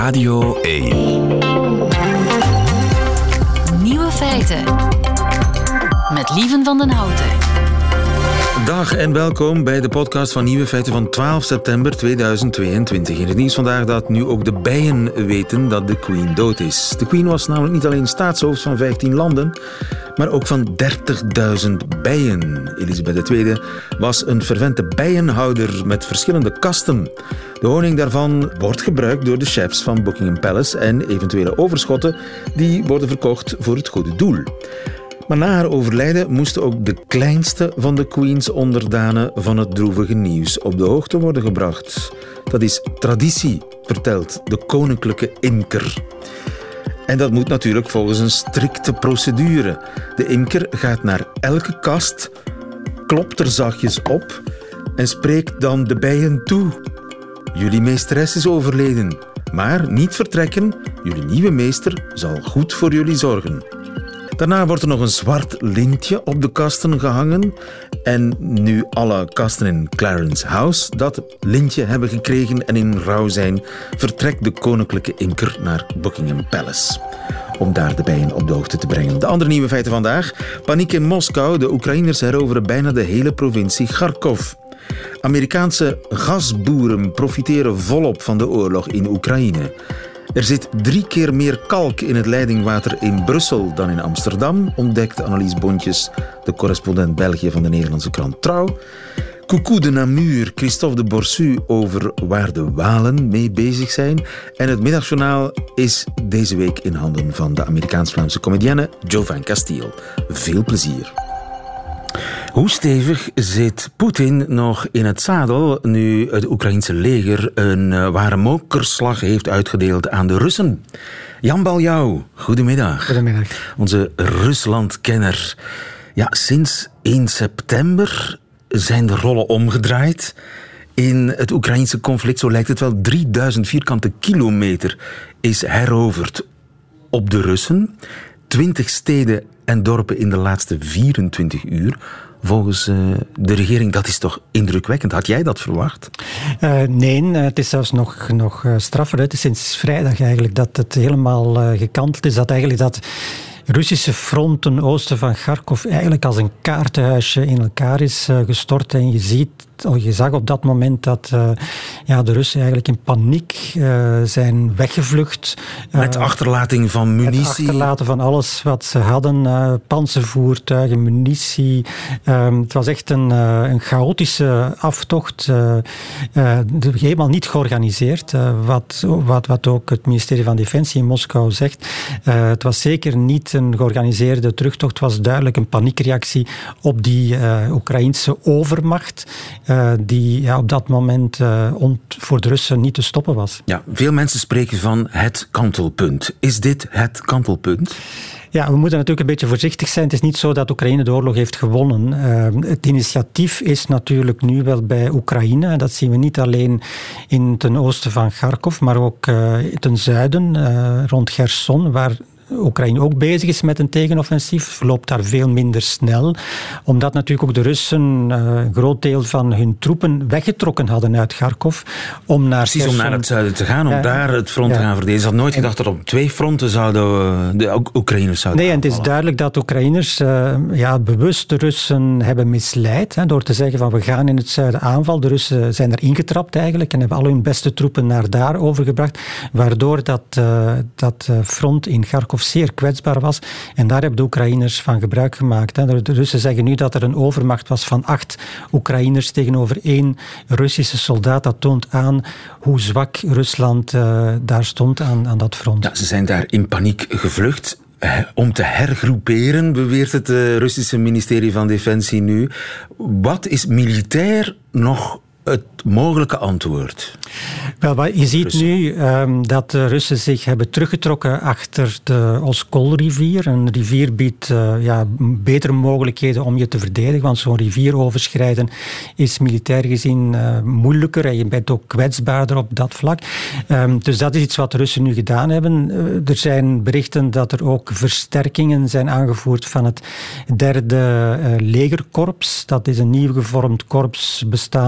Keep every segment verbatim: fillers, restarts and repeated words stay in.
Radio één. Nieuwe feiten. Met Lieven van den Houten. Dag en welkom bij de podcast van Nieuwe Feiten van twaalf september tweeduizend tweeëntwintig. In het nieuws vandaag dat nu ook de bijen weten dat de Queen dood is. De Queen was namelijk niet alleen staatshoofd van vijftien landen, maar ook van dertigduizend bijen. Elisabeth de Tweede was een fervente bijenhouder met verschillende kasten. De honing daarvan wordt gebruikt door de chefs van Buckingham Palace en eventuele overschotten die worden verkocht voor het goede doel. Maar na haar overlijden moesten ook de kleinste van de Queens onderdanen van het droevige nieuws op de hoogte worden gebracht. Dat is traditie, vertelt de koninklijke imker. En dat moet natuurlijk volgens een strikte procedure. De imker gaat naar elke kast, klopt er zachtjes op en spreekt dan de bijen toe. Jullie meesteres is overleden, maar niet vertrekken. Jullie nieuwe meester zal goed voor jullie zorgen. Daarna wordt er nog een zwart lintje op de kasten gehangen. En nu alle kasten in Clarence House dat lintje hebben gekregen en in rouw zijn, vertrekt de koninklijke imker naar Buckingham Palace om daar de bijen op de hoogte te brengen. De andere nieuwe feiten vandaag. Paniek in Moskou. De Oekraïners heroveren bijna de hele provincie Kharkov. Amerikaanse gasboeren profiteren volop van de oorlog in Oekraïne. Er zit drie keer meer kalk in het leidingwater in Brussel dan in Amsterdam, ontdekt Annelies Bontjes, de correspondent België van de Nederlandse krant Trouw. Coucou de Namur, Christophe de Borsu over waar de Walen mee bezig zijn. En het middagjournaal is deze week in handen van de Amerikaans-Vlaamse comedienne Jovan Castiel. Veel plezier. Hoe stevig zit Poetin nog in het zadel nu het Oekraïense leger een uh, ware mokerslag heeft uitgedeeld aan de Russen? Jan Baljouw, goedemiddag. Goedemiddag. Onze Ruslandkenner. Ja, sinds één september zijn de rollen omgedraaid. In het Oekraïense conflict, zo lijkt het wel, drieduizend vierkante kilometer is heroverd op de Russen. twintig steden en dorpen in de laatste vierentwintig uur. Volgens uh, de regering, dat is toch indrukwekkend. Had jij dat verwacht? Uh, nee, het is zelfs nog, nog straffer. Het is sinds vrijdag eigenlijk dat het helemaal uh, gekanteld is. Dat eigenlijk dat Russische front ten oosten van Kharkov eigenlijk als een kaartenhuisje in elkaar is uh, gestort. En je ziet, je zag op dat moment dat uh, ja, de Russen eigenlijk in paniek uh, zijn weggevlucht. Uh, met achterlating van munitie. Met achterlaten van alles wat ze hadden. Uh, panzervoertuigen, munitie. Um, het was echt een, uh, een chaotische aftocht. Uh, uh, helemaal niet georganiseerd. Uh, wat, wat, wat ook het ministerie van Defensie in Moskou zegt. Uh, het was zeker niet een georganiseerde terugtocht. Het was duidelijk een paniekreactie op die uh, Oekraïense overmacht. Uh, die ja, op dat moment uh, ont, voor de Russen niet te stoppen was. Ja, veel mensen spreken van het kantelpunt. Is dit het kantelpunt? Ja, we moeten natuurlijk een beetje voorzichtig zijn. Het is niet zo dat Oekraïne de oorlog heeft gewonnen. Uh, het initiatief is natuurlijk nu wel bij Oekraïne. Dat zien we niet alleen in ten oosten van Kharkov, maar ook uh, ten zuiden, uh, rond Gerson, waar Oekraïne ook bezig is met een tegenoffensief, loopt daar veel minder snel. Omdat natuurlijk ook de Russen uh, een groot deel van hun troepen weggetrokken hadden uit Kharkov. Om naar Precies, Gerson, om naar het zuiden te gaan, om ja, daar het front ja. te gaan verdedigen. Ze had nooit gedacht dat op twee fronten zouden de Oekraïners zouden Nee, en het is duidelijk dat Oekraïners uh, ja, bewust de Russen hebben misleid. Hè, door te zeggen van we gaan in het zuiden aanval. De Russen zijn er ingetrapt eigenlijk en hebben al hun beste troepen naar daar overgebracht. Waardoor dat, uh, dat front in Kharkov zeer kwetsbaar was. En daar hebben de Oekraïners van gebruik gemaakt. De Russen zeggen nu dat er een overmacht was van acht Oekraïners tegenover één Russische soldaat. Dat toont aan hoe zwak Rusland uh, daar stond aan, aan dat front. Ja, ze zijn daar in paniek gevlucht. Om te hergroeperen, beweert het uh, Russische ministerie van Defensie nu. Wat is militair nog het mogelijke antwoord? Wel, je ziet Russen. nu um, dat de Russen zich hebben teruggetrokken achter de Oskol-rivier. Een rivier biedt uh, ja, betere mogelijkheden om je te verdedigen, want zo'n rivier overschrijden is militair gezien uh, moeilijker en je bent ook kwetsbaarder op dat vlak. Um, dus dat is iets wat de Russen nu gedaan hebben. Uh, er zijn berichten dat er ook versterkingen zijn aangevoerd van het derde uh, legerkorps. Dat is een nieuw gevormd korps bestaande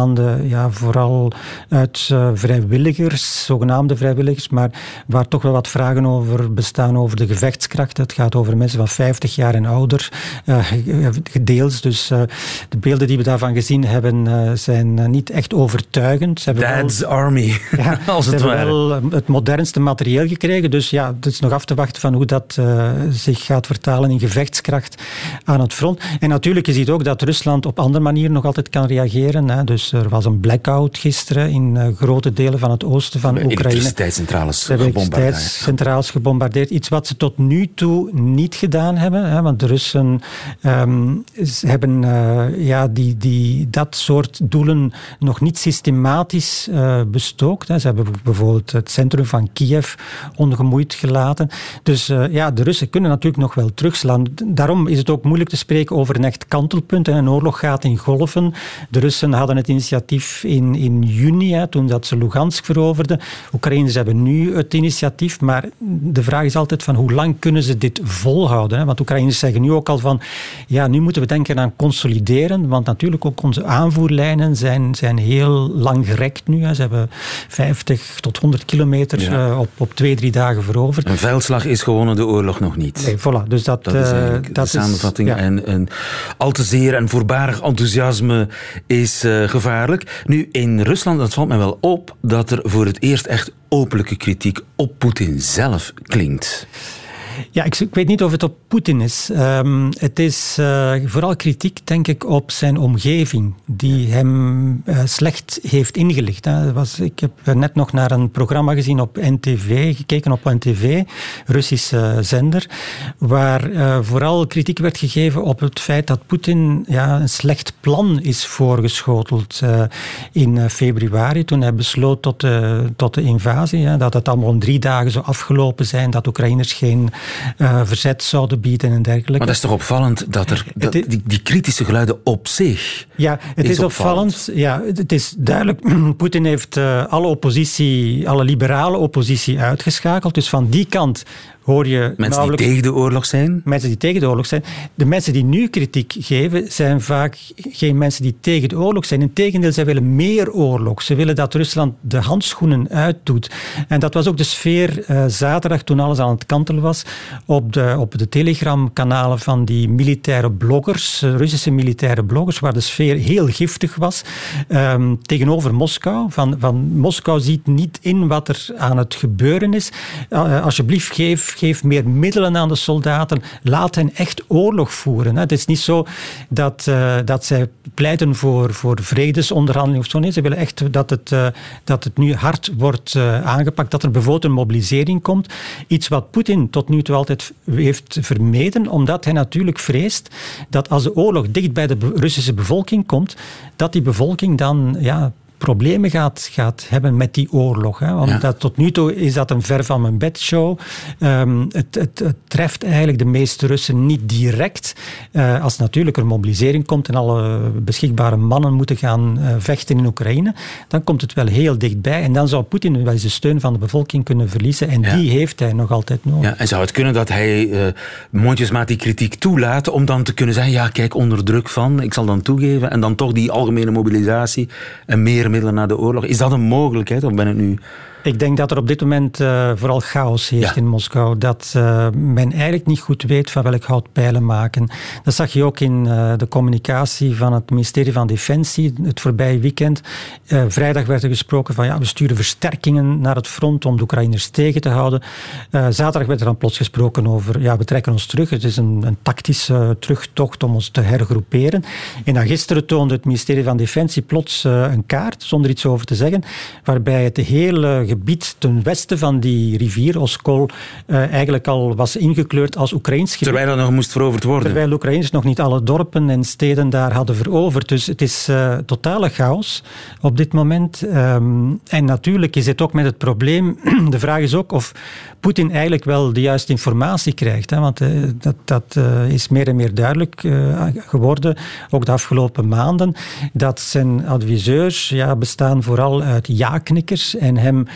uh, ja, vooral uit uh, vrijwilligers, zogenaamde vrijwilligers, maar waar toch wel wat vragen over bestaan over de gevechtskracht. Het gaat over mensen van vijftig jaar en ouder, uh, gedeels. Dus uh, de beelden die we daarvan gezien hebben uh, zijn uh, niet echt overtuigend. Ze Dad's wel, Army, ja, als het ze ware. hebben wel het modernste materieel gekregen, dus ja, het is nog af te wachten van hoe dat uh, zich gaat vertalen in gevechtskracht aan het front. En natuurlijk, je ziet ook dat Rusland op andere manieren nog altijd kan reageren. Hè. Dus er was een blackout gisteren in uh, grote delen van het oosten van Oekraïne. Elektriciteitscentrales gebombardeerd. Elektriciteitscentrales gebombardeerd. Iets wat ze tot nu toe niet gedaan hebben. Hè, want de Russen um, hebben uh, ja, die, die, dat soort doelen nog niet systematisch uh, bestookt. Hè. Ze hebben bijvoorbeeld het centrum van Kiev ongemoeid gelaten. Dus uh, ja, de Russen kunnen natuurlijk nog wel terugslaan. Daarom is het ook moeilijk te spreken over een echt kantelpunt. Hè. Een oorlog gaat in golven. De Russen hadden het initiatief in, in juni, hè, toen dat ze Lugansk veroverden. Oekraïners hebben nu het initiatief, maar de vraag is altijd van hoe lang kunnen ze dit volhouden? Hè? Want Oekraïners zeggen nu ook al van, ja, nu moeten we denken aan consolideren, want natuurlijk ook onze aanvoerlijnen zijn, zijn heel lang gerekt nu. Hè. Ze hebben vijftig tot honderd kilometer ja. uh, op, op twee, drie dagen veroverd. Een veldslag is gewonnen, de oorlog nog niet. Nee, voilà. Dus dat, dat is eigenlijk uh, dat de samenvatting. Is, ja. En een al te zeer en voorbarig enthousiasme is uh, gevaarlijk. Nu, in Rusland, dat valt mij wel op, dat er voor het eerst echt openlijke kritiek op Poetin zelf klinkt. Ja, ik, ik weet niet of het op Poetin is. Um, het is uh, vooral kritiek, denk ik, op zijn omgeving, die hem uh, slecht heeft ingelicht. Hè. Was, ik heb net nog naar een programma gezien op N T V, gekeken op N T V, Russische zender, waar uh, vooral kritiek werd gegeven op het feit dat Poetin ja, een slecht plan is voorgeschoteld uh, in uh, februari, toen hij besloot tot, uh, tot de invasie, hè, dat het allemaal in drie dagen zou afgelopen zijn, dat Oekraïners geen Uh, verzet zouden bieden en dergelijke. Maar dat is toch opvallend dat er dat, is, die, die kritische geluiden op zich. Ja, het is, is opvallend. opvallend. Ja, het is duidelijk. Poetin heeft uh, alle oppositie, alle liberale oppositie uitgeschakeld. Dus van die kant hoor je mensen die tegen de oorlog zijn? Mensen die tegen de oorlog zijn. De mensen die nu kritiek geven, zijn vaak geen mensen die tegen de oorlog zijn. Integendeel, zij willen meer oorlog. Ze willen dat Rusland de handschoenen uitdoet. En dat was ook de sfeer uh, zaterdag, toen alles aan het kantelen was, op de, op de Telegram-kanalen van die militaire bloggers, uh, Russische militaire bloggers, waar de sfeer heel giftig was, um, tegenover Moskou. Van, van Moskou ziet niet in wat er aan het gebeuren is. Uh, alsjeblieft, geef Geef meer middelen aan de soldaten. Laat hen echt oorlog voeren. Het is niet zo dat, uh, dat zij pleiten voor, voor vredesonderhandelingen of zo. Nee, ze willen echt dat het, uh, dat het nu hard wordt uh, aangepakt. Dat er bijvoorbeeld een mobilisering komt. Iets wat Poetin tot nu toe altijd heeft vermeden, omdat hij natuurlijk vreest dat als de oorlog dicht bij de Russische bevolking komt, dat die bevolking dan ja, problemen gaat, gaat hebben met die oorlog. Hè. Omdat ja. tot nu toe is dat een ver van mijn bedshow. Um, het, het, het treft eigenlijk de meeste Russen niet direct. Uh, als natuurlijk er mobilisering komt en alle beschikbare mannen moeten gaan uh, vechten in Oekraïne, dan komt het wel heel dichtbij. En dan zou Poetin wel eens de steun van de bevolking kunnen verliezen. En ja. die heeft hij nog altijd nodig. Ja, en zou het kunnen dat hij uh, mondjesmaat die kritiek toelaat om dan te kunnen zeggen, ja, kijk, onder druk van, ik zal dan toegeven, en dan toch die algemene mobilisatie en meer middelen na de oorlog. Is dat een mogelijkheid of ben ik nu... Ik denk dat er op dit moment uh, vooral chaos heerst ja. in Moskou. Dat uh, men eigenlijk niet goed weet van welk hout pijlen maken. Dat zag je ook in uh, de communicatie van het ministerie van Defensie het voorbije weekend. Uh, vrijdag werd er gesproken van ja, we sturen versterkingen naar het front om de Oekraïners tegen te houden. Uh, zaterdag werd er dan plots gesproken over ja, we trekken ons terug. Het is een, een tactische terugtocht om ons te hergroeperen. En dan gisteren toonde het ministerie van Defensie plots uh, een kaart, zonder iets over te zeggen, waarbij het hele gebied ten westen van die rivier, Oskol, uh, eigenlijk al was ingekleurd als Oekraïns gebied. Terwijl dat nog moest veroverd worden. Terwijl de Oekraïners nog niet alle dorpen en steden daar hadden veroverd. Dus het is uh, totale chaos op dit moment. Um, en natuurlijk is het ook met het probleem, de vraag is ook of Poetin eigenlijk wel de juiste informatie krijgt. Hè? Want uh, dat, dat uh, is meer en meer duidelijk uh, geworden, ook de afgelopen maanden, dat zijn adviseurs ja, bestaan vooral uit ja-knikkers en hem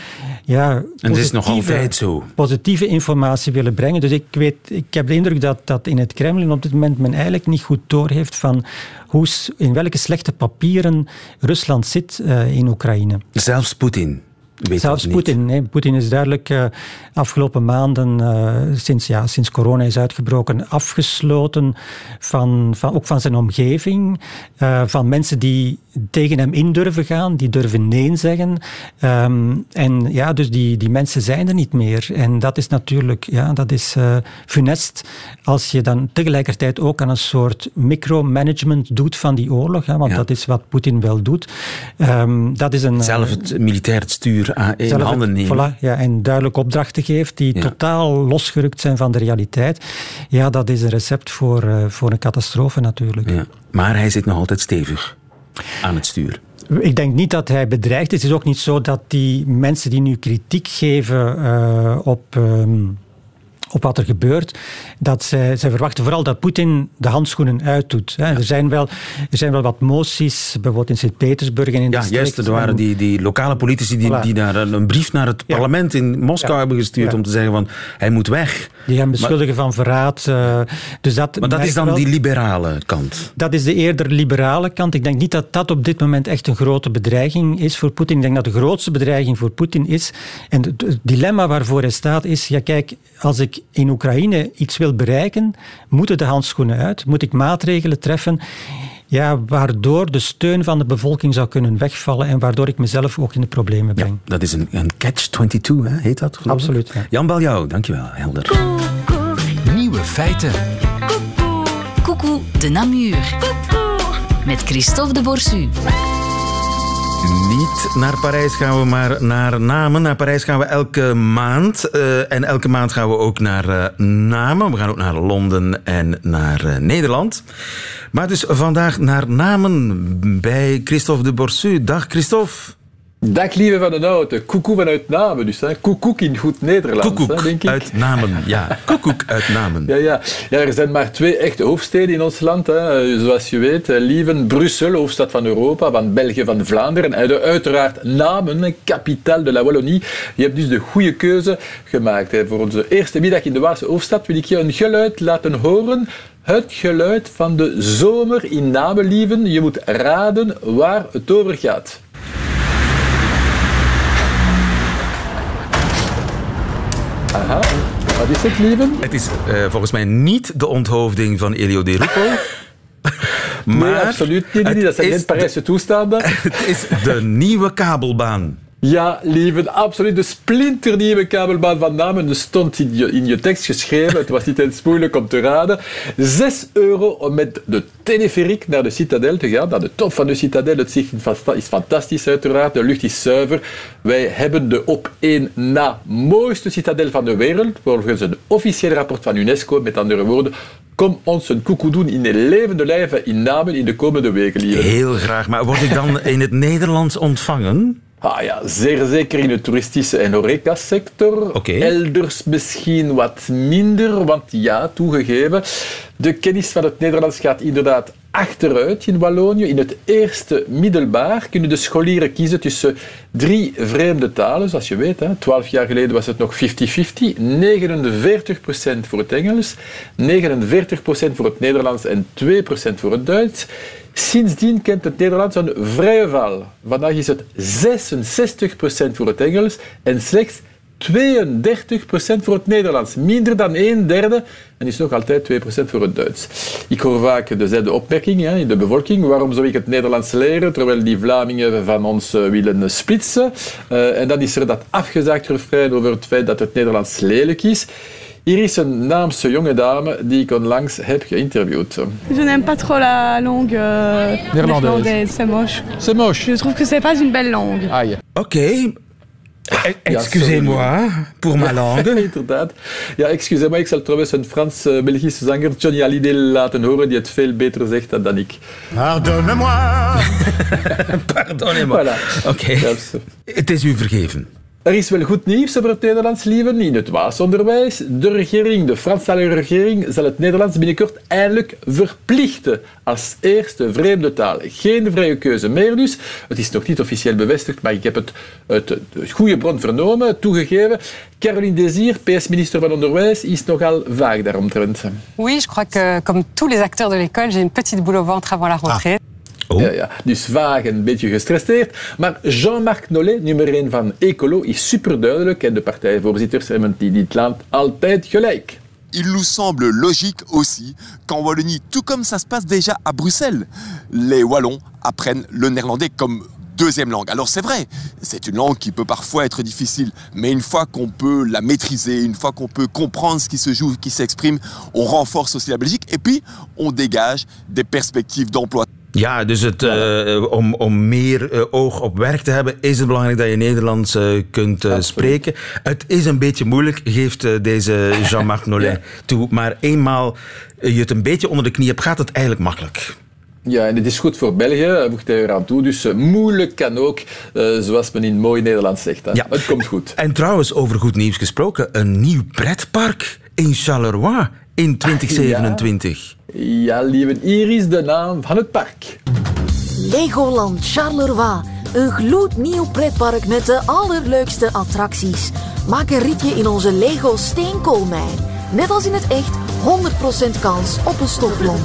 ja, en het is nog altijd zo. Positieve informatie willen brengen. Dus ik, weet, ik heb de indruk dat, dat in het Kremlin op dit moment men eigenlijk niet goed doorheeft van hoe, in welke slechte papieren Rusland zit uh, in Oekraïne. Zelfs Poetin. Weet Zelfs Poetin. Nee. Poetin is duidelijk uh, afgelopen maanden, uh, sinds, ja, sinds corona is uitgebroken, afgesloten van, van, ook van zijn omgeving. Uh, van mensen die tegen hem in durven gaan, die durven nee zeggen. Um, en ja, dus die, die mensen zijn er niet meer. En dat is natuurlijk, ja, dat is uh, funest als je dan tegelijkertijd ook aan een soort micromanagement doet van die oorlog. Hè, want ja. dat is wat Poetin wel doet. Um, dat is een, Zelf het militair stuur in handen nemen. Voilà, ja, en duidelijk opdrachten geeft die ja. totaal losgerukt zijn van de realiteit. Ja, dat is een recept voor, uh, voor een catastrofe natuurlijk. Ja. Maar hij zit nog altijd stevig aan het stuur. Ik denk niet dat hij bedreigd is. Het is ook niet zo dat die mensen die nu kritiek geven uh, op... Um, op wat er gebeurt, dat zij, zij verwachten vooral dat Poetin de handschoenen uitdoet. Hè. Ja. Er, zijn wel, er zijn wel wat moties, bijvoorbeeld in Sint-Petersburg en in de Ja, juist, er waren die, die lokale politici die, voilà. die daar een brief naar het ja. parlement in Moskou ja. hebben gestuurd ja. om te zeggen van, hij moet weg. Die hem beschuldigen maar, van verraad. Uh, dus dat maar dat is dan wel, die liberale kant? Dat is de eerder liberale kant. Ik denk niet dat dat op dit moment echt een grote bedreiging is voor Poetin. Ik denk dat de grootste bedreiging voor Poetin is, en het, het dilemma waarvoor hij staat is, ja kijk, als ik in Oekraïne iets wil bereiken, moeten de handschoenen uit, moet ik maatregelen treffen, ja, waardoor de steun van de bevolking zou kunnen wegvallen en waardoor ik mezelf ook in de problemen breng. Ja, dat is een, een catch twenty-two, hè? Heet dat? Absoluut. Ja. Jan Baljouw, dankjewel. Helder. Nieuwe feiten. Coucou de Namur. Met Christophe de Borsu. Niet naar Parijs gaan we, maar naar Namen. Naar Parijs gaan we elke maand. Uh, en elke maand gaan we ook naar uh, Namen. We gaan ook naar Londen en naar uh, Nederland. Maar dus vandaag naar Namen bij Christophe de Borsu. Dag Christophe. Dag lieve van den Houten. Koekoek vanuit Namen dus. Hè. Koekoek in goed Nederlands, Koekoek hè, denk ik. uit Namen, ja. Koekoek uit Namen. Ja, ja. ja, er zijn maar twee echte hoofdsteden in ons land. Hè. Zoals je weet, Lieven, Brussel, hoofdstad van Europa, van België, van Vlaanderen. En uiteraard Namen, capitale de la Wallonie. Je hebt dus de goede keuze gemaakt. Hè. Voor onze eerste middag in de Waalse hoofdstad wil ik je een geluid laten horen. Het geluid van de zomer in Namen, Lieven. Je moet raden waar het over gaat. Aha, wat is het, lieven? Het is uh, volgens mij niet de onthoofding van Elio Di Rupo. Maar nee, absoluut niet. niet. Dat zijn geen Parijse toestanden. Het is de nieuwe kabelbaan. Ja, lieve, absoluut. De splinternieuwe kabelbaan van Namen. Dat stond in je, in je tekst geschreven. Het was niet eens moeilijk om te raden. Zes euro om met de teleferiek naar de Citadel te gaan. Naar de top van de Citadel. Het zicht is fantastisch uiteraard. De lucht is zuiver. Wij hebben de op één na mooiste Citadel van de wereld. Volgens een officieel rapport van UNESCO. Met andere woorden, kom ons een koekoe doen in de levende lijven in Namen in de komende weken, lieve. Heel graag. Maar word ik dan in het Nederlands ontvangen? Ah ja, zeer zeker in de toeristische en horecasector. Okay. Elders misschien wat minder, want ja, toegegeven, de kennis van het Nederlands gaat inderdaad achteruit in Wallonië. In het eerste middelbaar kunnen de scholieren kiezen tussen drie vreemde talen, zoals je weet. Hè. Twaalf jaar geleden was het nog vijftig vijftig. negenenveertig procent voor het Engels, negenenveertig procent voor het Nederlands en twee procent voor het Duits. Sindsdien kent het Nederlands een vrije val. Vandaag is het zesenzestig procent voor het Engels en slechts tweeëndertig procent voor het Nederlands. Minder dan een derde en is nog altijd twee procent voor het Duits. Ik hoor vaak dezelfde opmerking hè, in de bevolking. Waarom zou ik het Nederlands leren terwijl die Vlamingen van ons uh, willen splitsen? Uh, en dan is er dat afgezaagd refrein over het feit dat het Nederlands lelijk is. Hier is een Naamse jonge dame die ik onlangs heb geïnterviewd. Je n'aime pas trop la langue euh, néerlandaise. C'est moche. C'est moche. Je trouve que c'est pas une belle langue. Aïe. Oké. Okay. Excusez-moi pour ma langue. Inderdaad. Ja, excusez-moi. Ik zal trouwens een Frans-Belgische zanger, Johnny Hallyday, laten horen die het veel beter zegt dan ik. Pardonnez-moi. Pardonnez-moi. Voilà. Oké. Okay. Het is u vergeven. Er is wel goed nieuws over het Nederlands, lieven, in het basisonderwijs. De regering, de Franstalige regering, zal het Nederlands binnenkort eindelijk verplichten als eerste vreemde taal. Geen vrije keuze meer dus. Het is nog niet officieel bevestigd, maar ik heb het uit de goede bron vernomen, toegegeven. Caroline Désir, P S-minister van Onderwijs, is nogal vaag daaromtrent. Oui, je crois que comme tous les acteurs de l'école, j'ai une petite boule au ventre avant la rentrée. Ah. Oh. Ja, ja, dus vaag en een beetje gestresseerd. Maar Jean-Marc Nollet, nummer één van Ecolo, is superduidelijk en de partijvoorzitters hebben in dit land altijd gelijk. Il nous semble logique aussi qu'en Wallonie, tout comme ça se passe déjà à Bruxelles, les Wallons apprennent le néerlandais comme deuxième langue. Alors c'est vrai, c'est une langue qui peut parfois être difficile, mais une fois qu'on peut la maîtriser, une fois qu'on peut comprendre ce qui se joue, qui s'exprime, on renforce aussi la Belgique et puis on dégage des perspectives d'emploi. Ja, dus het, uh, om, om meer uh, oog op werk te hebben, is het belangrijk dat je Nederlands uh, kunt uh, spreken. Het is een beetje moeilijk, geeft uh, deze Jean-Marc Nollet ja. toe. Maar eenmaal je het een beetje onder de knie hebt, gaat het eigenlijk makkelijk. Ja, en het is goed voor België, voegt hij eraan toe. Dus uh, moeilijk kan ook, uh, zoals men in mooi Nederlands zegt. Hè. Ja. Het komt goed. En trouwens, over goed nieuws gesproken, een nieuw pretpark in Charleroi in twintig zevenentwintig. Ja. Ja, lieve, hier is de naam van het park. Legoland Charleroi. Een gloednieuw pretpark met de allerleukste attracties. Maak een ritje in onze Lego steenkoolmijn. Net als in het echt, honderd procent kans op een stofballon.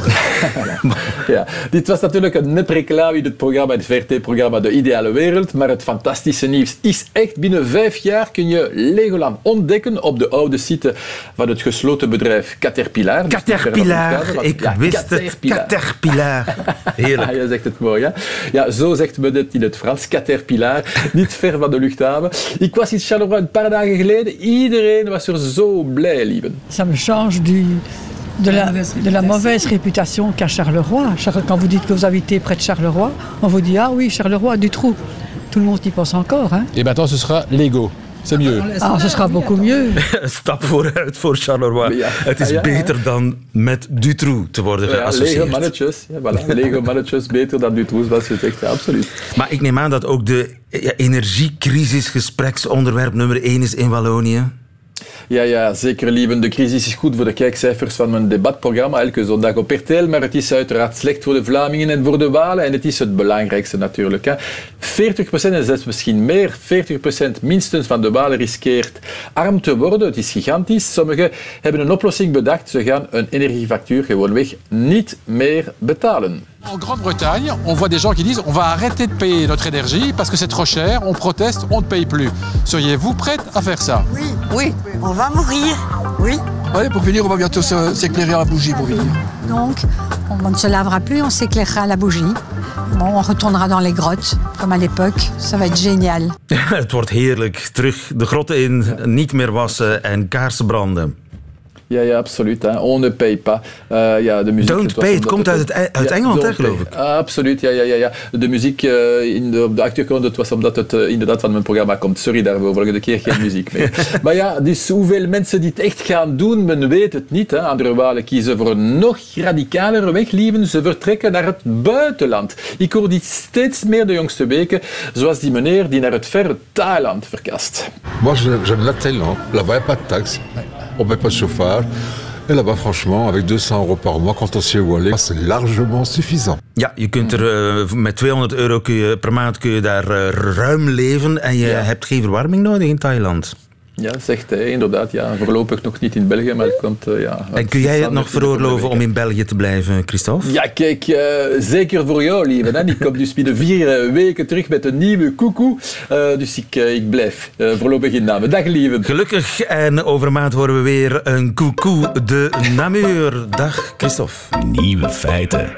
Ja, dit was natuurlijk een nepreclame in het programma, het V R T-programma De Ideale Wereld, maar het fantastische nieuws is echt, binnen vijf jaar kun je Legoland ontdekken op de oude site van het gesloten bedrijf Caterpillar. Caterpillar, dus ik ja, wist Caterpillar. het. Caterpillar. Heerlijk. Ja, je zegt het mooi, hè? Ja, zo zegt men het in het Frans, Caterpillar, niet ver van de luchthaven. Ik was in Charleroi een paar dagen geleden, iedereen was er zo blij, lieven. Ça me change du... De la, de la mauvaise réputation qu'a Charleroi. Quand vous dites que vous habitez près de Charleroi, on vous dit « Ah oui, Charleroi, Dutroux ». Tout le monde y pense encore. Hein. Et maintenant, ce sera Lego. C'est mieux. Ah, ce sera beaucoup mieux. Stap vooruit voor Charleroi. Ja. Het is ja, ja, beter ja. dan met Dutroux te worden geassocieerd. Ja, Lego mannetjes. Ja, voilà. Lego mannetjes beter dan Dutroux, zoals je zegt. Ja, absoluut. Maar ik neem aan dat ook de ja, energiecrisis gespreksonderwerp nummer één is in Wallonië. Ja, ja, zeker, lieven. De crisis is goed voor de kijkcijfers van mijn debatprogramma, elke zondag op R T L, maar het is uiteraard slecht voor de Vlamingen en voor de Walen en het is het belangrijkste natuurlijk. Hè. veertig procent en zelfs misschien meer, veertig procent minstens van de Walen riskeert arm te worden. Het is gigantisch. Sommigen hebben een oplossing bedacht. Ze gaan een energiefactuur gewoonweg niet meer betalen. En Grande-Bretagne, on voit des gens qui disent on va arrêter de payer notre énergie parce que c'est trop cher, on proteste, on ne paye plus. Seriez-vous prête à faire ça? Oui, oui, on va mourir, oui. Oui, pour finir, on va bientôt s'éclairer à la bougie, pour finir. Donc, on ne se lavera plus, on s'éclairera à la bougie. Bon, on retournera dans les grottes, comme à l'époque. Ça va être génial. Het wordt heerlijk. Terug de grotten in, niet meer wassen en kaarsen branden. Ja, ja, absoluut. Hè. On ne paye pas. Uh, ja, de muziek, Don't pay, het komt uit, het, uit ja, Engeland, hè, geloof ik. Uh, absoluut, ja, ja, ja, ja. De muziek uh, in de, op de achtergrond, het was omdat het uh, inderdaad van mijn programma komt. Sorry daarvoor, volgende keer geen muziek meer. Maar ja, dus hoeveel mensen dit echt gaan doen, men weet het niet. Hè. Andere Walen kiezen voor een nog radicalere weg, lieven. Ze vertrekken naar het buitenland. Ik hoor dit steeds meer de jongste weken, zoals die meneer die naar het verre Thailand verkast. Moi, j'aime la Thaïlande. Là-bas, il n'y a pas de taxes. On ne paie pas de chauffage. Et là-bas, franchement, avec deux cents euros par mois, quand on s'y est voilé, c'est largement suffisant. Ja, je kunt er uh, met tweehonderd euro kun je, per maand kun je daar uh, ruim leven en je ja. hebt geen verwarming nodig in Thailand. Ja, zegt hij inderdaad. Ja, voorlopig nog niet in België, maar het komt... Uh, ja, en kun jij het nog veroorloven om in België te blijven, Christophe? Ja, kijk, uh, zeker voor jou, lieve. Hè. Ik kom dus binnen vier uh, weken terug met een nieuwe koekoe. Uh, dus ik, uh, ik blijf uh, voorlopig in Namen. Dag, lieve. Gelukkig. En over een maand horen we weer een koekoe de Namur. Dag, Christophe. Nieuwe feiten.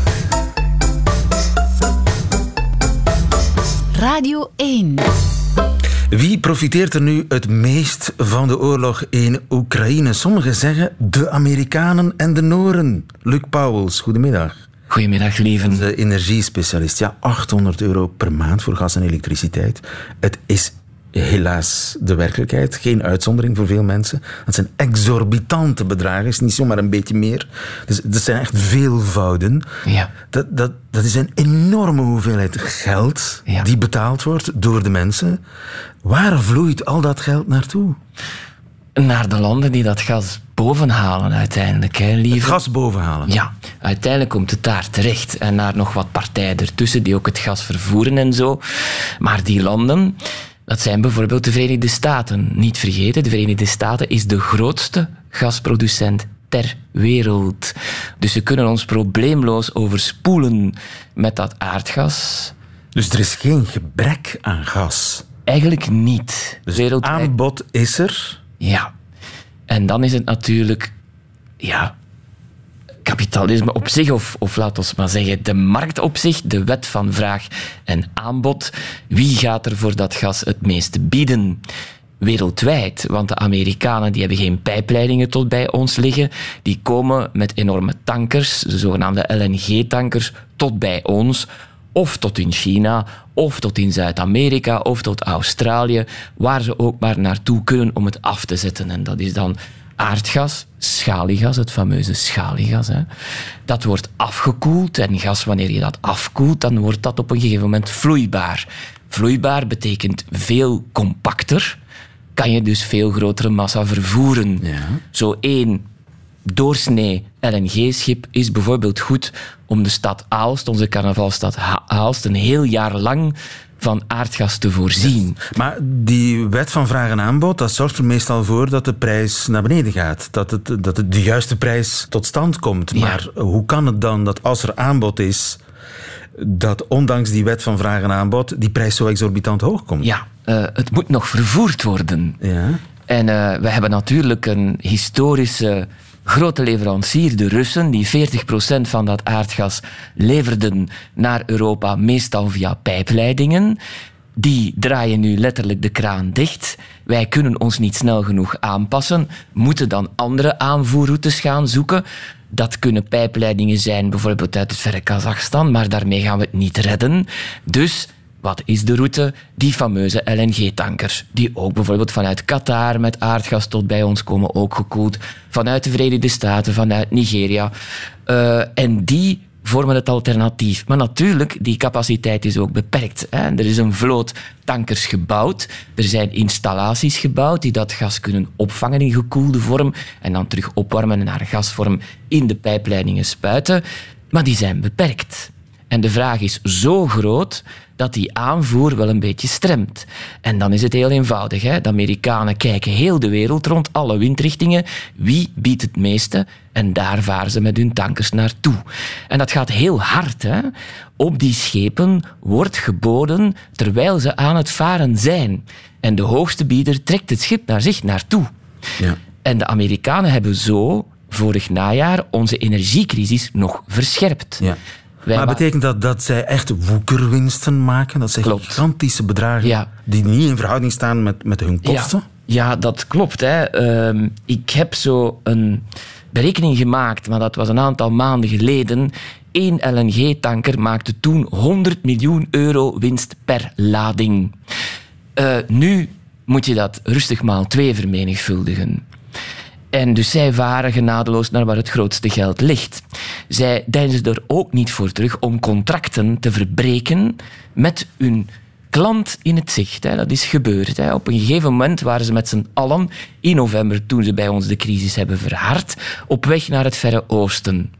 Radio één. Wie profiteert er nu het meest van de oorlog in Oekraïne? Sommigen zeggen de Amerikanen en de Noren. Luc Pauwels, goedemiddag. Goedemiddag, lieven. De energiespecialist. Ja, achthonderd euro per maand voor gas en elektriciteit. Het is helaas de werkelijkheid. Geen uitzondering voor veel mensen. Dat zijn exorbitante bedragen. Het is niet zomaar een beetje meer. Dus, dat zijn echt veelvouden. Ja. Dat, dat, dat is een enorme hoeveelheid geld ja. die betaald wordt door de mensen. Waar vloeit al dat geld naartoe? Naar de landen die dat gas bovenhalen uiteindelijk. Hè, lieve. Het gas bovenhalen? Ja, uiteindelijk komt het daar terecht. En naar nog wat partijen ertussen die ook het gas vervoeren en zo. Maar die landen, dat zijn bijvoorbeeld de Verenigde Staten. Niet vergeten, de Verenigde Staten is de grootste gasproducent ter wereld. Dus ze kunnen ons probleemloos overspoelen met dat aardgas. Dus er is geen gebrek aan gas? Eigenlijk niet. Dus het aanbod is er? Ja. En dan is het natuurlijk... Ja... kapitalisme op zich, of, of laat ons maar zeggen, de markt op zich, de wet van vraag en aanbod. Wie gaat er voor dat gas het meeste bieden? Wereldwijd, want de Amerikanen die hebben geen pijpleidingen tot bij ons liggen. Die komen met enorme tankers, de zogenaamde L N G-tankers, tot bij ons. Of tot in China, of tot in Zuid-Amerika, of tot Australië, waar ze ook maar naartoe kunnen om het af te zetten. En dat is dan aardgas, schaliegas, het fameuze schaliegas. Hè. Dat wordt afgekoeld en gas, wanneer je dat afkoelt, dan wordt dat op een gegeven moment vloeibaar. Vloeibaar betekent veel compacter, kan je dus veel grotere massa vervoeren. Ja. Zo één doorsnee L N G-schip is bijvoorbeeld goed om de stad Aalst, onze carnavalstad Aalst, een heel jaar lang van aardgas te voorzien. Yes. Maar die wet van vraag en aanbod, dat zorgt er meestal voor dat de prijs naar beneden gaat. Dat, het, dat het de juiste prijs tot stand komt. Ja. Maar hoe kan het dan dat als er aanbod is, dat ondanks die wet van vraag en aanbod die prijs zo exorbitant hoog komt? Ja, uh, het moet nog vervoerd worden. Ja. En uh, we hebben natuurlijk een historische grote leverancier, de Russen, die veertig procent van dat aardgas leverden naar Europa, meestal via pijpleidingen. Die draaien nu letterlijk de kraan dicht. Wij kunnen ons niet snel genoeg aanpassen, moeten dan andere aanvoerroutes gaan zoeken. Dat kunnen pijpleidingen zijn, bijvoorbeeld uit het verre Kazachstan, maar daarmee gaan we het niet redden. Dus wat is de route? Die fameuze L N G-tankers, die ook bijvoorbeeld vanuit Qatar met aardgas tot bij ons komen, ook gekoeld. Vanuit de Verenigde Staten, vanuit Nigeria. Uh, en die vormen het alternatief. Maar natuurlijk, die capaciteit is ook beperkt. Hè. Er is een vloot tankers gebouwd. Er zijn installaties gebouwd die dat gas kunnen opvangen in gekoelde vorm en dan terug opwarmen en naar gasvorm in de pijpleidingen spuiten. Maar die zijn beperkt. En de vraag is zo groot dat die aanvoer wel een beetje stremt. En dan is het heel eenvoudig. Hè? De Amerikanen kijken heel de wereld rond, alle windrichtingen. Wie biedt het meeste? En daar varen ze met hun tankers naartoe. En dat gaat heel hard. Hè? Op die schepen wordt geboden terwijl ze aan het varen zijn. En de hoogste bieder trekt het schip naar zich naartoe. Ja. En de Amerikanen hebben zo vorig najaar onze energiecrisis nog verscherpt. Ja. Wij maar betekent dat dat zij echt woekerwinsten maken? Dat zijn klopt. gigantische bedragen ja. die niet in verhouding staan met, met hun kosten? Ja, ja dat klopt. Hè. Uh, ik heb zo een berekening gemaakt, maar dat was een aantal maanden geleden. Eén L N G-tanker maakte toen honderd miljoen euro winst per lading. Uh, nu moet je dat rustig maal twee vermenigvuldigen. En dus zij varen genadeloos naar waar het grootste geld ligt. Zij deinzen er ook niet voor terug om contracten te verbreken met hun klant in het zicht. Dat is gebeurd. Op een gegeven moment waren ze met z'n allen, in november, toen ze bij ons de crisis hebben verhard, op weg naar het Verre Oosten.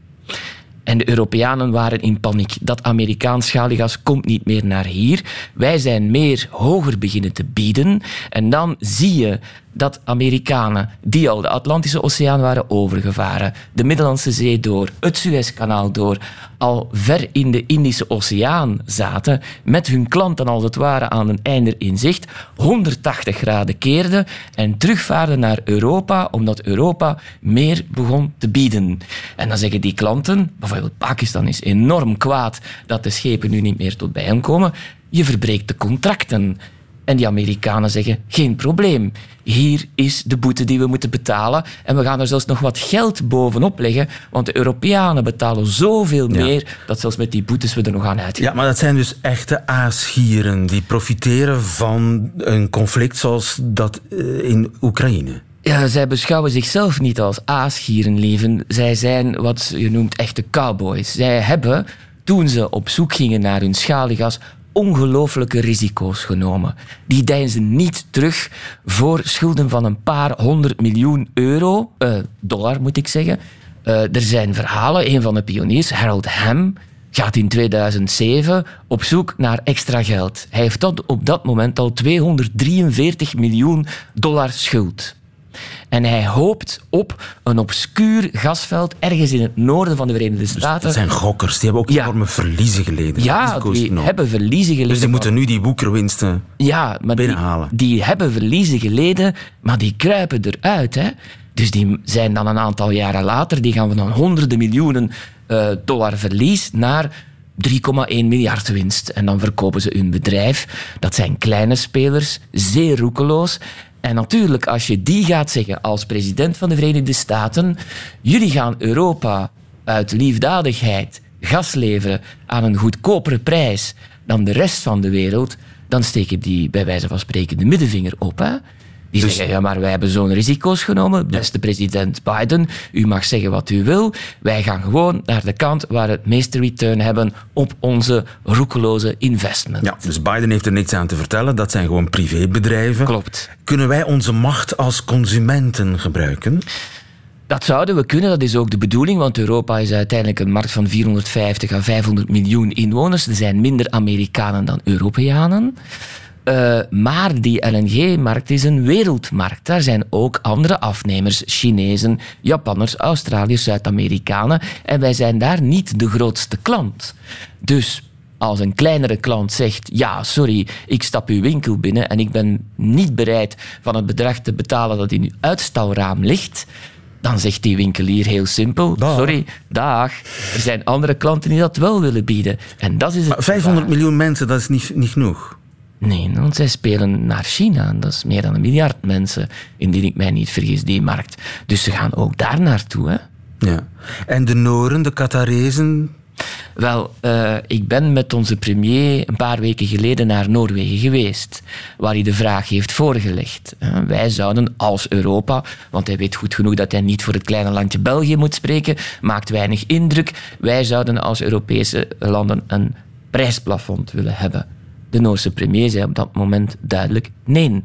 En de Europeanen waren in paniek. Dat Amerikaans schaliegas komt niet meer naar hier. Wij zijn meer hoger beginnen te bieden. En dan zie je dat Amerikanen, die al de Atlantische Oceaan waren overgevaren, de Middellandse Zee door, het Suezkanaal door, al ver in de Indische Oceaan zaten, met hun klanten als het ware aan een einder in zicht, honderdtachtig graden keerden en terugvaarden naar Europa, omdat Europa meer begon te bieden. En dan zeggen die klanten, bijvoorbeeld Pakistan is enorm kwaad dat de schepen nu niet meer tot bij hen komen, je verbreekt de contracten. En die Amerikanen zeggen, geen probleem. Hier is de boete die we moeten betalen. En we gaan er zelfs nog wat geld bovenop leggen, want de Europeanen betalen zoveel meer, ja, dat zelfs met die boetes we er nog aan uitgaan. Ja, maar dat zijn dus echte aasgieren die profiteren van een conflict zoals dat in Oekraïne. Ja, zij beschouwen zichzelf niet als aasgieren, lieven. Zij zijn wat je noemt echte cowboys. Zij hebben, toen ze op zoek gingen naar hun schaliegas, ongelooflijke risico's genomen. Die deinzen niet terug voor schulden van een paar honderd miljoen euro, uh, dollar moet ik zeggen. Uh, er zijn verhalen, een van de pioniers, Harold Ham, gaat in tweeduizend zeven op zoek naar extra geld. Hij heeft dat op dat moment al tweehonderddrieënveertig miljoen dollar schuld. En hij hoopt op een obscuur gasveld ergens in het noorden van de Verenigde Staten. Dus dat zijn gokkers, die hebben ook ja. enorme verliezen geleden. Ja, die genomen. hebben verliezen geleden. Dus die moeten nu die woekerwinsten ja, maar binnenhalen. Die, die hebben verliezen geleden, maar die kruipen eruit. Hè. Dus die zijn dan een aantal jaren later, die gaan van honderden miljoenen uh, dollar verlies naar drie komma één miljard winst. En dan verkopen ze hun bedrijf. Dat zijn kleine spelers, zeer roekeloos. En natuurlijk, als je die gaat zeggen als president van de Verenigde Staten, jullie gaan Europa uit liefdadigheid gas leveren aan een goedkopere prijs dan de rest van de wereld, dan steken die bij wijze van spreken de middenvinger op. Hè? Die dus, zeggen, ja, maar wij hebben zo'n risico's genomen. Beste ja. president Biden, u mag zeggen wat u wil. Wij gaan gewoon naar de kant waar we het meeste return hebben op onze roekeloze investment. Ja, dus Biden heeft er niks aan te vertellen. Dat zijn gewoon privébedrijven. Klopt. Kunnen wij onze macht als consumenten gebruiken? Dat zouden we kunnen, dat is ook de bedoeling, want Europa is uiteindelijk een markt van vierhonderdvijftig à vijfhonderd miljoen inwoners. Er zijn minder Amerikanen dan Europeanen. Uh, maar die L N G-markt is een wereldmarkt. Daar zijn ook andere afnemers, Chinezen, Japanners, Australiërs, Zuid-Amerikanen. En wij zijn daar niet de grootste klant. Dus als een kleinere klant zegt, ja, sorry, ik stap uw winkel binnen en ik ben niet bereid van het bedrag te betalen dat in uw uitstalraam ligt, dan zegt die winkelier heel simpel, dag. sorry, dag. Er zijn andere klanten die dat wel willen bieden. En dat is het maar vijfhonderd miljoen mensen, dat is niet, niet genoeg. Nee, want zij spelen naar China. Dat is meer dan een miljard mensen, indien ik mij niet vergis, die markt. Dus ze gaan ook daar naartoe. Hè? Ja. En de Noren, de Qatarezen? Wel, uh, ik ben met onze premier een paar weken geleden naar Noorwegen geweest, waar hij de vraag heeft voorgelegd. Uh, wij zouden als Europa, want hij weet goed genoeg dat hij niet voor het kleine landje België moet spreken, maakt weinig indruk, wij zouden als Europese landen een prijsplafond willen hebben. De Noorse premier zei op dat moment duidelijk nee.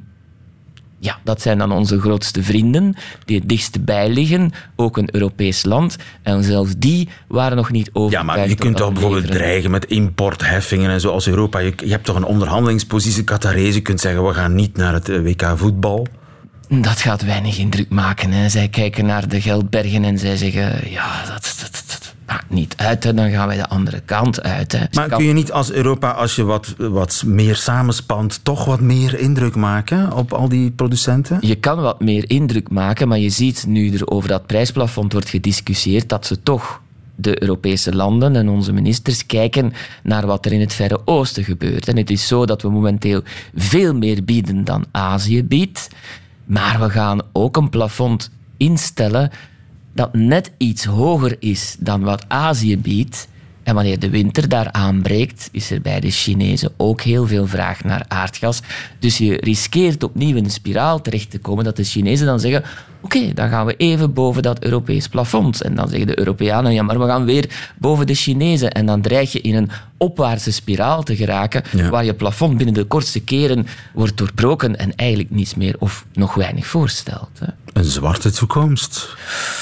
Ja, dat zijn dan onze grootste vrienden, die het dichtst bij liggen, ook een Europees land. En zelfs die waren nog niet overtuigd. Ja, maar je kunt toch bijvoorbeeld leveren. dreigen met importheffingen en zo als Europa. Je, je hebt toch een onderhandelingspositie, Qatarezen, je kunt zeggen, we gaan niet naar het W K voetbal. Dat gaat weinig indruk maken. Hè. Zij kijken naar de geldbergen en zij zeggen, ja, dat, dat, dat maakt niet uit, hè. Dan gaan wij de andere kant uit. Hè. Maar kun je niet als Europa, als je wat, wat meer samenspant, toch wat meer indruk maken op al die producenten? Je kan wat meer indruk maken, maar je ziet nu er over dat prijsplafond wordt gediscussieerd, dat ze toch, de Europese landen en onze ministers, kijken naar wat er in het Verre Oosten gebeurt. En het is zo dat we momenteel veel meer bieden dan Azië biedt. Maar we gaan ook een plafond instellen dat net iets hoger is dan wat Azië biedt. En wanneer de winter daar aanbreekt, is er bij de Chinezen ook heel veel vraag naar aardgas. Dus je riskeert opnieuw in een spiraal terecht te komen dat de Chinezen dan zeggen, oké, okay, dan gaan we even boven dat Europees plafond. En dan zeggen de Europeanen, ja, maar we gaan weer boven de Chinezen. En dan dreig je in een opwaartse spiraal te geraken, ja, waar je plafond binnen de kortste keren wordt doorbroken en eigenlijk niets meer of nog weinig voorstelt. Hè. Een zwarte toekomst.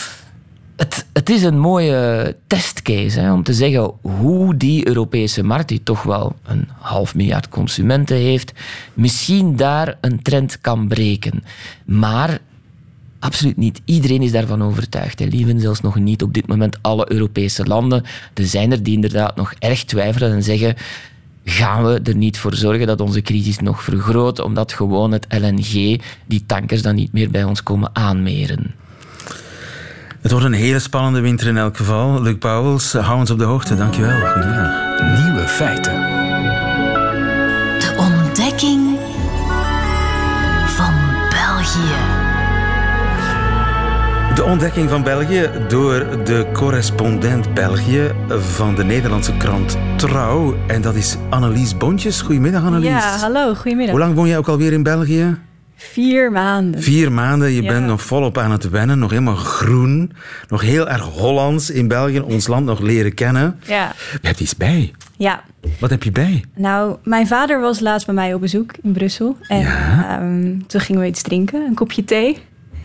Het, het is een mooie testcase, hè, om te zeggen hoe die Europese markt, die toch wel een half miljard consumenten heeft, misschien daar een trend kan breken. Maar absoluut niet iedereen is daarvan overtuigd. Hè. Lieven zelfs nog niet op dit moment alle Europese landen. Er zijn er die inderdaad nog erg twijfelen en zeggen, gaan we er niet voor zorgen dat onze crisis nog vergroot, omdat gewoon het L N G, die tankers, dan niet meer bij ons komen aanmeren. Het wordt een hele spannende winter in elk geval. Luc Pauwels, hou ons op de hoogte. Dankjewel. Goedemiddag. Nieuwe feiten. De ontdekking De ontdekking van België door de correspondent België van de Nederlandse krant Trouw. En dat is Annelies Bontjes. Goedemiddag, Annelies. Ja, hallo, goedemiddag. Hoe lang woon jij ook alweer in België? Vier maanden. Vier maanden. Je ja. bent nog volop aan het wennen. Nog helemaal groen. Nog heel erg Hollands in België. Ons land nog leren kennen. Ja. Je hebt iets bij. Ja. Wat heb je bij? Nou, mijn vader was laatst bij mij op bezoek in Brussel. En ja. um, toen gingen we iets drinken. Een kopje thee.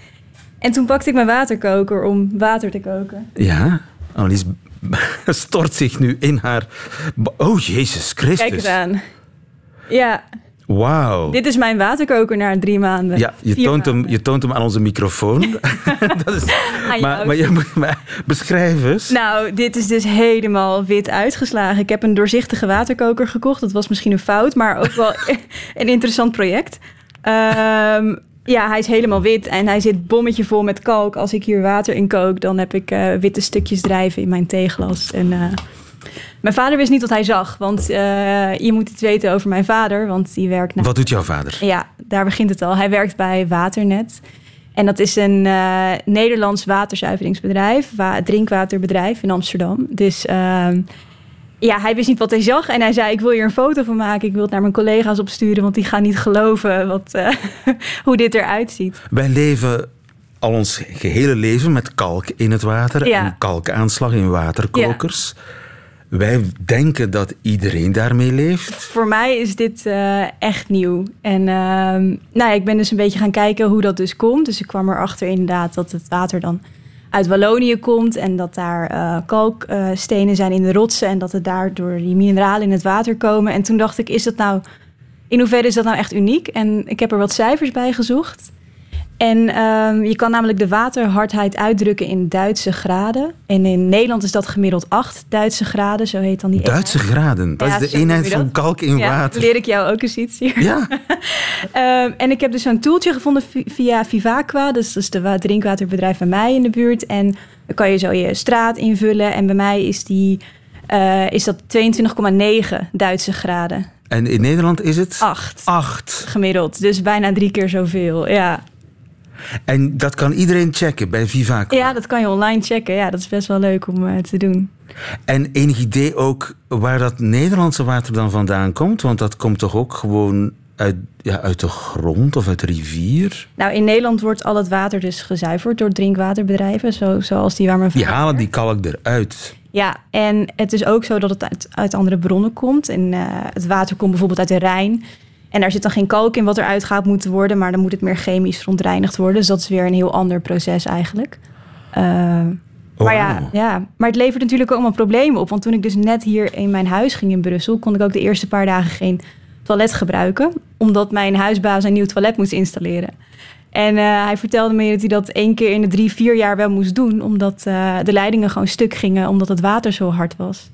En toen pakte ik mijn waterkoker om water te koken. Ja, Annelies stort zich nu in haar... Oh, Jezus Christus. Kijk eens aan. Ja. Wauw. Dit is mijn waterkoker na drie maanden. Ja, je toont, hem, je toont hem aan onze microfoon. Dat is, maar, maar je moet mij beschrijven eens. Nou, dit is dus helemaal wit uitgeslagen. Ik heb een doorzichtige waterkoker gekocht. Dat was misschien een fout, maar ook wel een interessant project. Um, Ja, hij is helemaal wit en hij zit bommetje vol met kalk. Als ik hier water in kook, dan heb ik uh, witte stukjes drijven in mijn theeglas. En, uh, mijn vader wist niet wat hij zag, want uh, je moet iets weten over mijn vader, want die werkt... Wat doet jouw vader? Ja, daar begint het al. Hij werkt bij Waternet. En dat is een uh, Nederlands waterzuiveringsbedrijf, wa- drinkwaterbedrijf in Amsterdam. Dus... Uh, Ja, hij wist niet wat hij zag en hij zei, ik wil hier een foto van maken. Ik wil het naar mijn collega's opsturen, want die gaan niet geloven wat, uh, hoe dit eruit ziet. Wij leven al ons gehele leven met kalk in het water ja. en kalkaanslag in waterkokers. Ja. Wij denken dat iedereen daarmee leeft. Voor mij is dit uh, echt nieuw. En uh, nou ja, ik ben dus een beetje gaan kijken hoe dat dus komt. Dus ik kwam erachter inderdaad dat het water dan... uit Wallonië komt en dat daar uh, kalkstenen uh, zijn in de rotsen en dat het daardoor die mineralen in het water komen. En toen dacht ik, is dat nou, in hoeverre is dat nou echt uniek? En ik heb er wat cijfers bij gezocht. En um, je kan namelijk de waterhardheid uitdrukken in Duitse graden. En in Nederland is dat gemiddeld acht Duitse graden, zo heet dan die Duitse eenheid. graden? Dat ja, is de eenheid van kalk in ja, water. Leer ik jou ook eens iets hier. Ja. um, en ik heb dus zo'n toeltje gevonden via Vivaqua. Dus dat is de drinkwaterbedrijf bij mij in de buurt. En dan kan je zo je straat invullen. En bij mij is, die, uh, is dat tweeëntwintig komma negen Duitse graden. En in Nederland is het? Acht. Acht. Gemiddeld. Dus bijna drie keer zoveel, ja. En dat kan iedereen checken bij Vivaqua? Ja, dat kan je online checken. Ja, dat is best wel leuk om uh, te doen. En enig idee ook waar dat Nederlandse water dan vandaan komt? Want dat komt toch ook gewoon uit, ja, uit de grond of uit de rivier? Nou, in Nederland wordt al het water dus gezuiverd door drinkwaterbedrijven. Zo, zoals die waar mijn vader... Die halen die kalk eruit. Ja, en het is ook zo dat het uit, uit andere bronnen komt. En uh, het water komt bijvoorbeeld uit de Rijn... En daar zit dan geen kalk in wat eruit gaat moeten worden... maar dan moet het meer chemisch verontreinigd worden. Dus dat is weer een heel ander proces eigenlijk. Uh, oh, maar, ja, ja, maar het levert natuurlijk ook allemaal problemen op. Want toen ik dus net hier in mijn huis ging in Brussel... kon ik ook de eerste paar dagen geen toilet gebruiken... omdat mijn huisbaas een nieuw toilet moest installeren. En uh, hij vertelde me dat hij dat één keer in de drie, vier jaar wel moest doen... omdat uh, de leidingen gewoon stuk gingen... omdat het water zo hard was.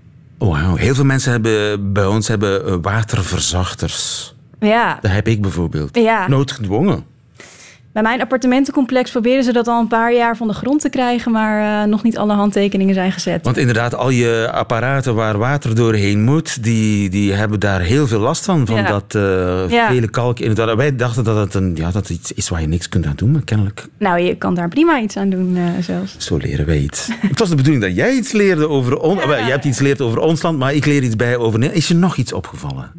Wauw, heel veel mensen hebben bij ons hebben waterverzachters. Ja. Dat heb ik bijvoorbeeld. Ja. Noodgedwongen. Bij mijn appartementencomplex proberen ze dat al een paar jaar van de grond te krijgen... maar uh, nog niet alle handtekeningen zijn gezet. Want inderdaad, al je apparaten waar water doorheen moet... die, die hebben daar heel veel last van, van ja. dat uh, ja. vele kalk in het water. Wij dachten dat het, een, ja, dat het iets is waar je niks kunt aan doen, maar kennelijk... Nou, je kan daar prima iets aan doen uh, zelfs. Zo leren wij iets. Het was de bedoeling dat jij iets leerde over... On... Ja. Jij hebt iets geleerd over ons land, maar ik leer iets bij over... Is je nog iets opgevallen?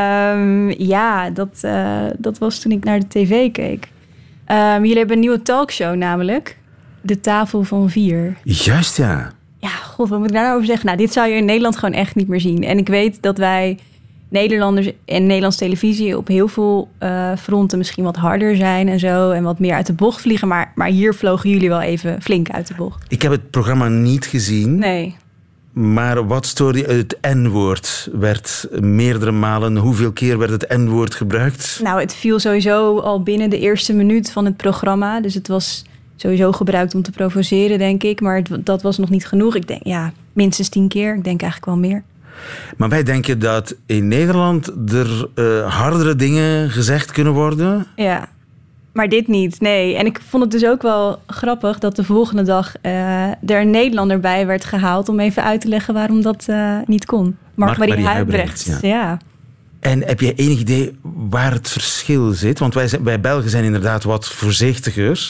Um, ja, dat, uh, dat was toen ik naar de tv keek. Um, jullie hebben een nieuwe talkshow namelijk. De Tafel van Vier. Juist, ja. Ja, god, wat moet ik daar nou over zeggen? Nou, dit zou je in Nederland gewoon echt niet meer zien. En ik weet dat wij Nederlanders en Nederlandse televisie... op heel veel uh, fronten misschien wat harder zijn en zo... en wat meer uit de bocht vliegen. Maar, maar hier vlogen jullie wel even flink uit de bocht. Ik heb het programma niet gezien. Nee. Maar wat stoorde je? Het N-woord werd meerdere malen... Hoeveel keer werd het N-woord gebruikt? Nou, het viel sowieso al binnen de eerste minuut van het programma. Dus het was sowieso gebruikt om te provoceren, denk ik. Maar het, dat was nog niet genoeg. Ik denk, ja, minstens tien keer. Ik denk eigenlijk wel meer. Maar wij denken dat in Nederland er uh, hardere dingen gezegd kunnen worden. Ja, maar dit niet, nee. En ik vond het dus ook wel grappig dat de volgende dag uh, er een Nederlander bij werd gehaald... om even uit te leggen waarom dat uh, niet kon. Mark-Marie Huibrecht, ja. ja. En heb je enig idee waar het verschil zit? Want wij, zijn, wij Belgen zijn inderdaad wat voorzichtiger.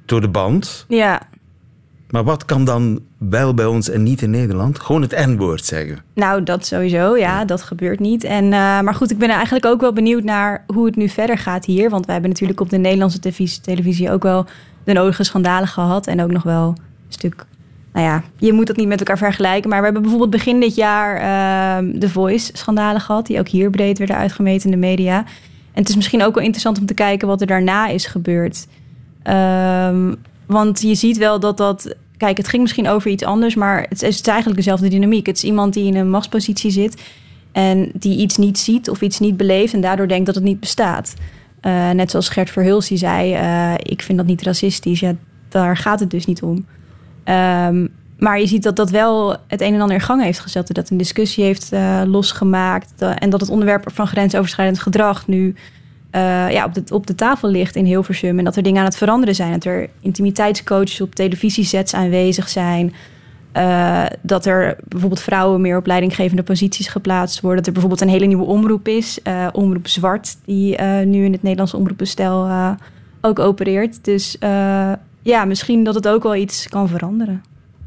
door de band. Ja. Maar wat kan dan wel bij ons en niet in Nederland? Gewoon het N-woord zeggen. Nou, dat sowieso. Ja, dat gebeurt niet. En, uh, maar goed, ik ben eigenlijk ook wel benieuwd naar hoe het nu verder gaat hier. Want wij hebben natuurlijk op de Nederlandse televisie, televisie ook wel de nodige schandalen gehad. En ook nog wel een stuk... Nou ja, je moet dat niet met elkaar vergelijken. Maar we hebben bijvoorbeeld begin dit jaar uh, The Voice-schandalen gehad. Die ook hier breed werden uitgemeten in de media. En het is misschien ook wel interessant om te kijken wat er daarna is gebeurd. Um, want je ziet wel dat dat... Kijk, het ging misschien over iets anders, maar het is eigenlijk dezelfde dynamiek. Het is iemand die in een machtspositie zit en die iets niet ziet of iets niet beleeft en daardoor denkt dat het niet bestaat. Uh, net zoals Gert Verhulst, die zei, uh, ik vind dat niet racistisch. Ja, daar gaat het dus niet om. Um, maar je ziet dat dat wel het een en ander in gang heeft gezet. Dat het een discussie heeft uh, losgemaakt. Uh, en dat het onderwerp van grensoverschrijdend gedrag nu uh, ja, op, de, op de tafel ligt in Hilversum. En dat er dingen aan het veranderen zijn. Dat er intimiteitscoaches op televisiesets aanwezig zijn. Uh, dat er bijvoorbeeld vrouwen meer op leidinggevende posities geplaatst worden. Dat er bijvoorbeeld een hele nieuwe omroep is. Uh, omroep Zwart, die uh, nu in het Nederlandse omroepbestel uh, ook opereert. Dus uh, ja, misschien dat het ook wel iets kan veranderen.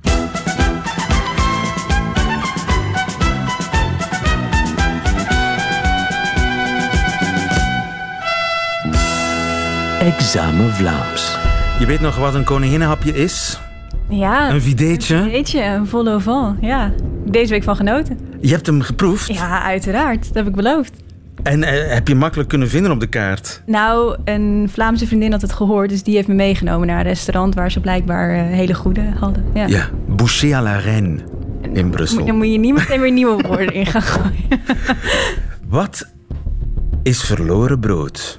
Examen Vlaams. Je weet nog wat een koninginnenhapje is? Ja, een videetje. Een videetje, een vol au vent. Ja, deze week van genoten. Je hebt hem geproefd? Ja, uiteraard. Dat heb ik beloofd. En uh, heb je makkelijk kunnen vinden op de kaart? Nou, een Vlaamse vriendin had het gehoord, dus die heeft me meegenomen naar een restaurant waar ze blijkbaar uh, hele goede hadden. Ja, ja, Boucher à la Reine in Brussel. Dan moet je niet meteen weer nieuwe woorden in gaan gooien. Wat is verloren brood?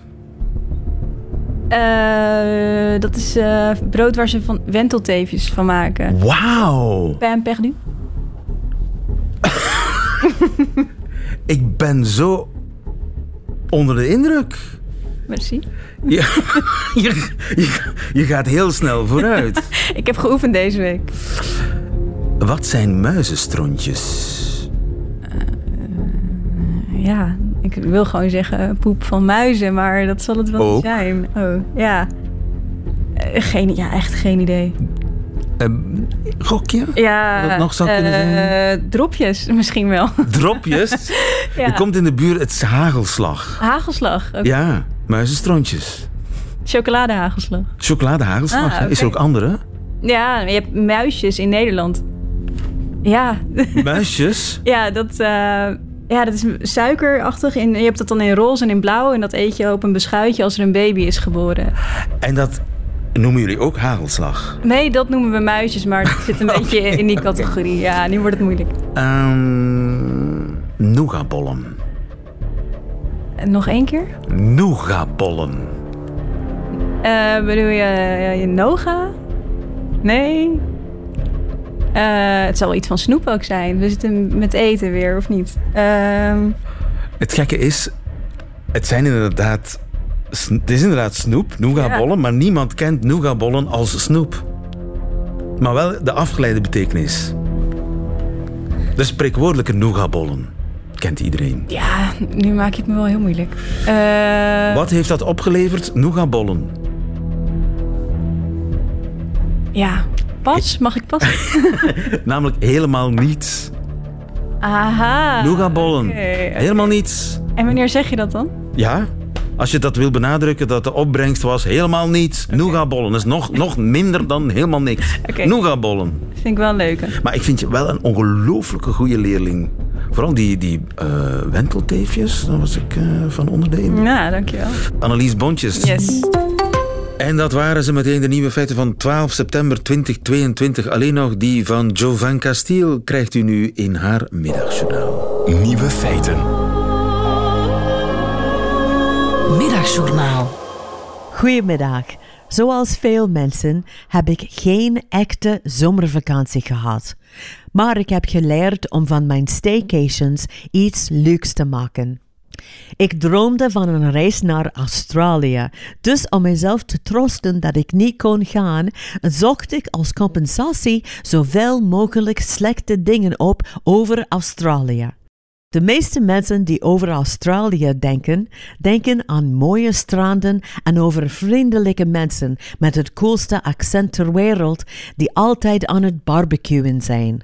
Uh, dat is uh, brood waar ze van wentelteefjes van maken. Wauw! Pain perdu. Ik ben zo onder de indruk. Merci. Ja, je, je, je gaat heel snel vooruit. Ik heb geoefend deze week. Wat zijn muizenstrontjes? Uh, ja, ik wil gewoon zeggen poep van muizen, maar dat zal het wel Ook? niet zijn. Oh, ja. Uh, geen, ja, echt geen idee. Uh, gokje? Ja, Wat het nog zou kunnen zijn? Uh, dropjes misschien wel. Dropjes? Ja. Er komt in de buurt het hagelslag. Hagelslag? Okay. Ja, muizenstrontjes. Chocoladehagelslag. Chocoladehagelslag. Ah, okay. Is er ook andere? Ja, je hebt muisjes in Nederland. Ja. Muisjes? Ja, dat, uh, ja, dat is suikerachtig. In, je hebt dat dan in roze en in blauw. En dat eet je op een beschuitje als er een baby is geboren. En dat noemen jullie ook hagelslag? Nee, dat noemen we muisjes. Maar het zit een okay. beetje in die categorie. Ja, nu wordt het moeilijk. Um, nougatbollen. Nog één keer? Nougatbollen. Uh, bedoel je, uh, je noga? Nee. Uh, het zal wel iets van snoep ook zijn. We zitten met eten weer, of niet? Uh... Het gekke is, het zijn inderdaad... Het is inderdaad snoep, nougatbollen, ja. Maar niemand kent nougatbollen als snoep. Maar wel de afgeleide betekenis. De spreekwoordelijke nougatbollen kent iedereen. Ja, nu maak je het me wel heel moeilijk. Uh... Wat heeft dat opgeleverd? Nougatbollen. Ja, pas? Mag ik passen? Namelijk helemaal niets. Aha. Nougatbollen. Okay, okay. Helemaal niets. En wanneer zeg je dat dan? Ja, als je dat wil benadrukken, dat de opbrengst was helemaal niets. Okay. Nougatbollen. Dat is nog, nog minder dan helemaal niks. Okay. Nougatbollen. Vind ik wel een leuke. Maar ik vind je wel een ongelooflijke goede leerling. Vooral die, die uh, wentelteefjes, daar was ik uh, van onder de indruk. Ja, dankjewel. Annelies Bontjes. Yes. En dat waren ze meteen de nieuwe feiten van twaalf september tweeduizend tweeëntwintig. Alleen nog die van Jo van Castiel krijgt u nu in haar middagjournaal. Nieuwe feiten. Middagjournaal. Goedemiddag. Zoals veel mensen heb ik geen echte zomervakantie gehad. Maar ik heb geleerd om van mijn staycations iets leuks te maken. Ik droomde van een reis naar Australië. Dus om mezelf te troosten dat ik niet kon gaan, zocht ik als compensatie zoveel mogelijk slechte dingen op over Australië. De meeste mensen die over Australië denken, denken aan mooie stranden en over vriendelijke mensen met het coolste accent ter wereld die altijd aan het barbecuen zijn.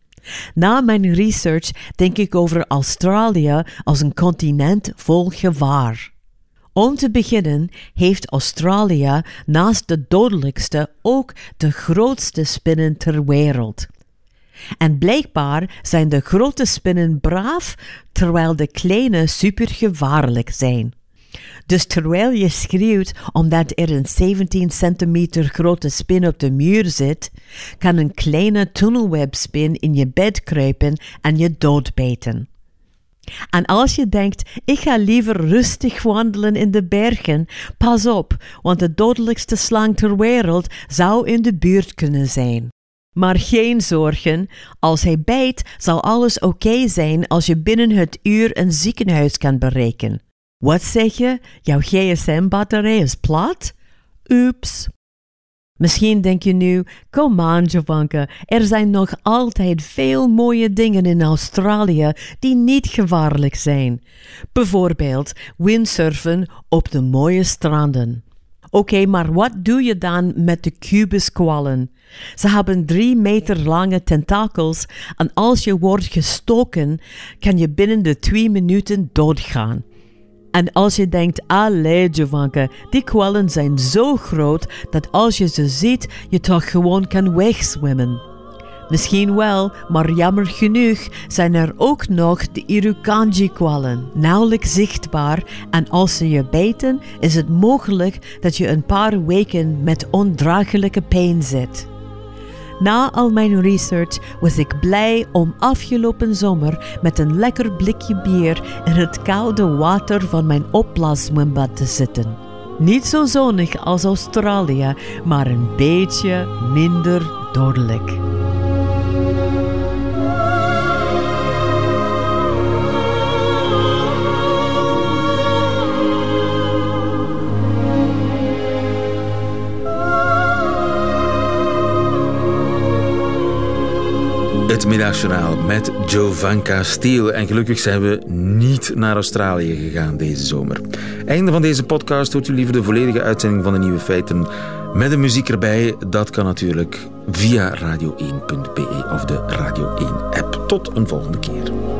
Na mijn research denk ik over Australië als een continent vol gevaar. Om te beginnen heeft Australië naast de dodelijkste ook de grootste spinnen ter wereld. En blijkbaar zijn de grote spinnen braaf, terwijl de kleine supergevaarlijk zijn. Dus terwijl je schreeuwt omdat er een zeventien centimeter grote spin op de muur zit, kan een kleine tunnelwebspin in je bed kruipen en je doodbijten. En als je denkt, ik ga liever rustig wandelen in de bergen, pas op, want de dodelijkste slang ter wereld zou in de buurt kunnen zijn. Maar geen zorgen, als hij bijt zal alles oké zijn als je binnen het uur een ziekenhuis kan bereiken. Wat zeg je? Jouw G S M-batterij is plat? Oeps. Misschien denk je nu, kom aan Jovanka, er zijn nog altijd veel mooie dingen in Australië die niet gevaarlijk zijn. Bijvoorbeeld windsurfen op de mooie stranden. Oké, okay, maar wat doe je dan met de kubuskwallen? Ze hebben drie meter lange tentakels en als je wordt gestoken, kan je binnen de twee minuten doodgaan. En als je denkt, allee Jovanka, die kwallen zijn zo groot dat als je ze ziet, je toch gewoon kan wegzwemmen. Misschien wel, maar jammer genoeg zijn er ook nog de Irukandji-kwallen, nauwelijks zichtbaar en als ze je bijten, is het mogelijk dat je een paar weken met ondraaglijke pijn zit. Na al mijn research was ik blij om afgelopen zomer met een lekker blikje bier in het koude water van mijn opblaaszwembad te zitten. Niet zo zonnig als Australië, maar een beetje minder dodelijk. Het Middagjournaal met Jovanka Steele. En gelukkig zijn we niet naar Australië gegaan deze zomer. Einde van deze podcast. Hoort u liever de volledige uitzending van de Nieuwe Feiten met de muziek erbij? Dat kan natuurlijk via radio één punt be of de Radio één app. Tot een volgende keer.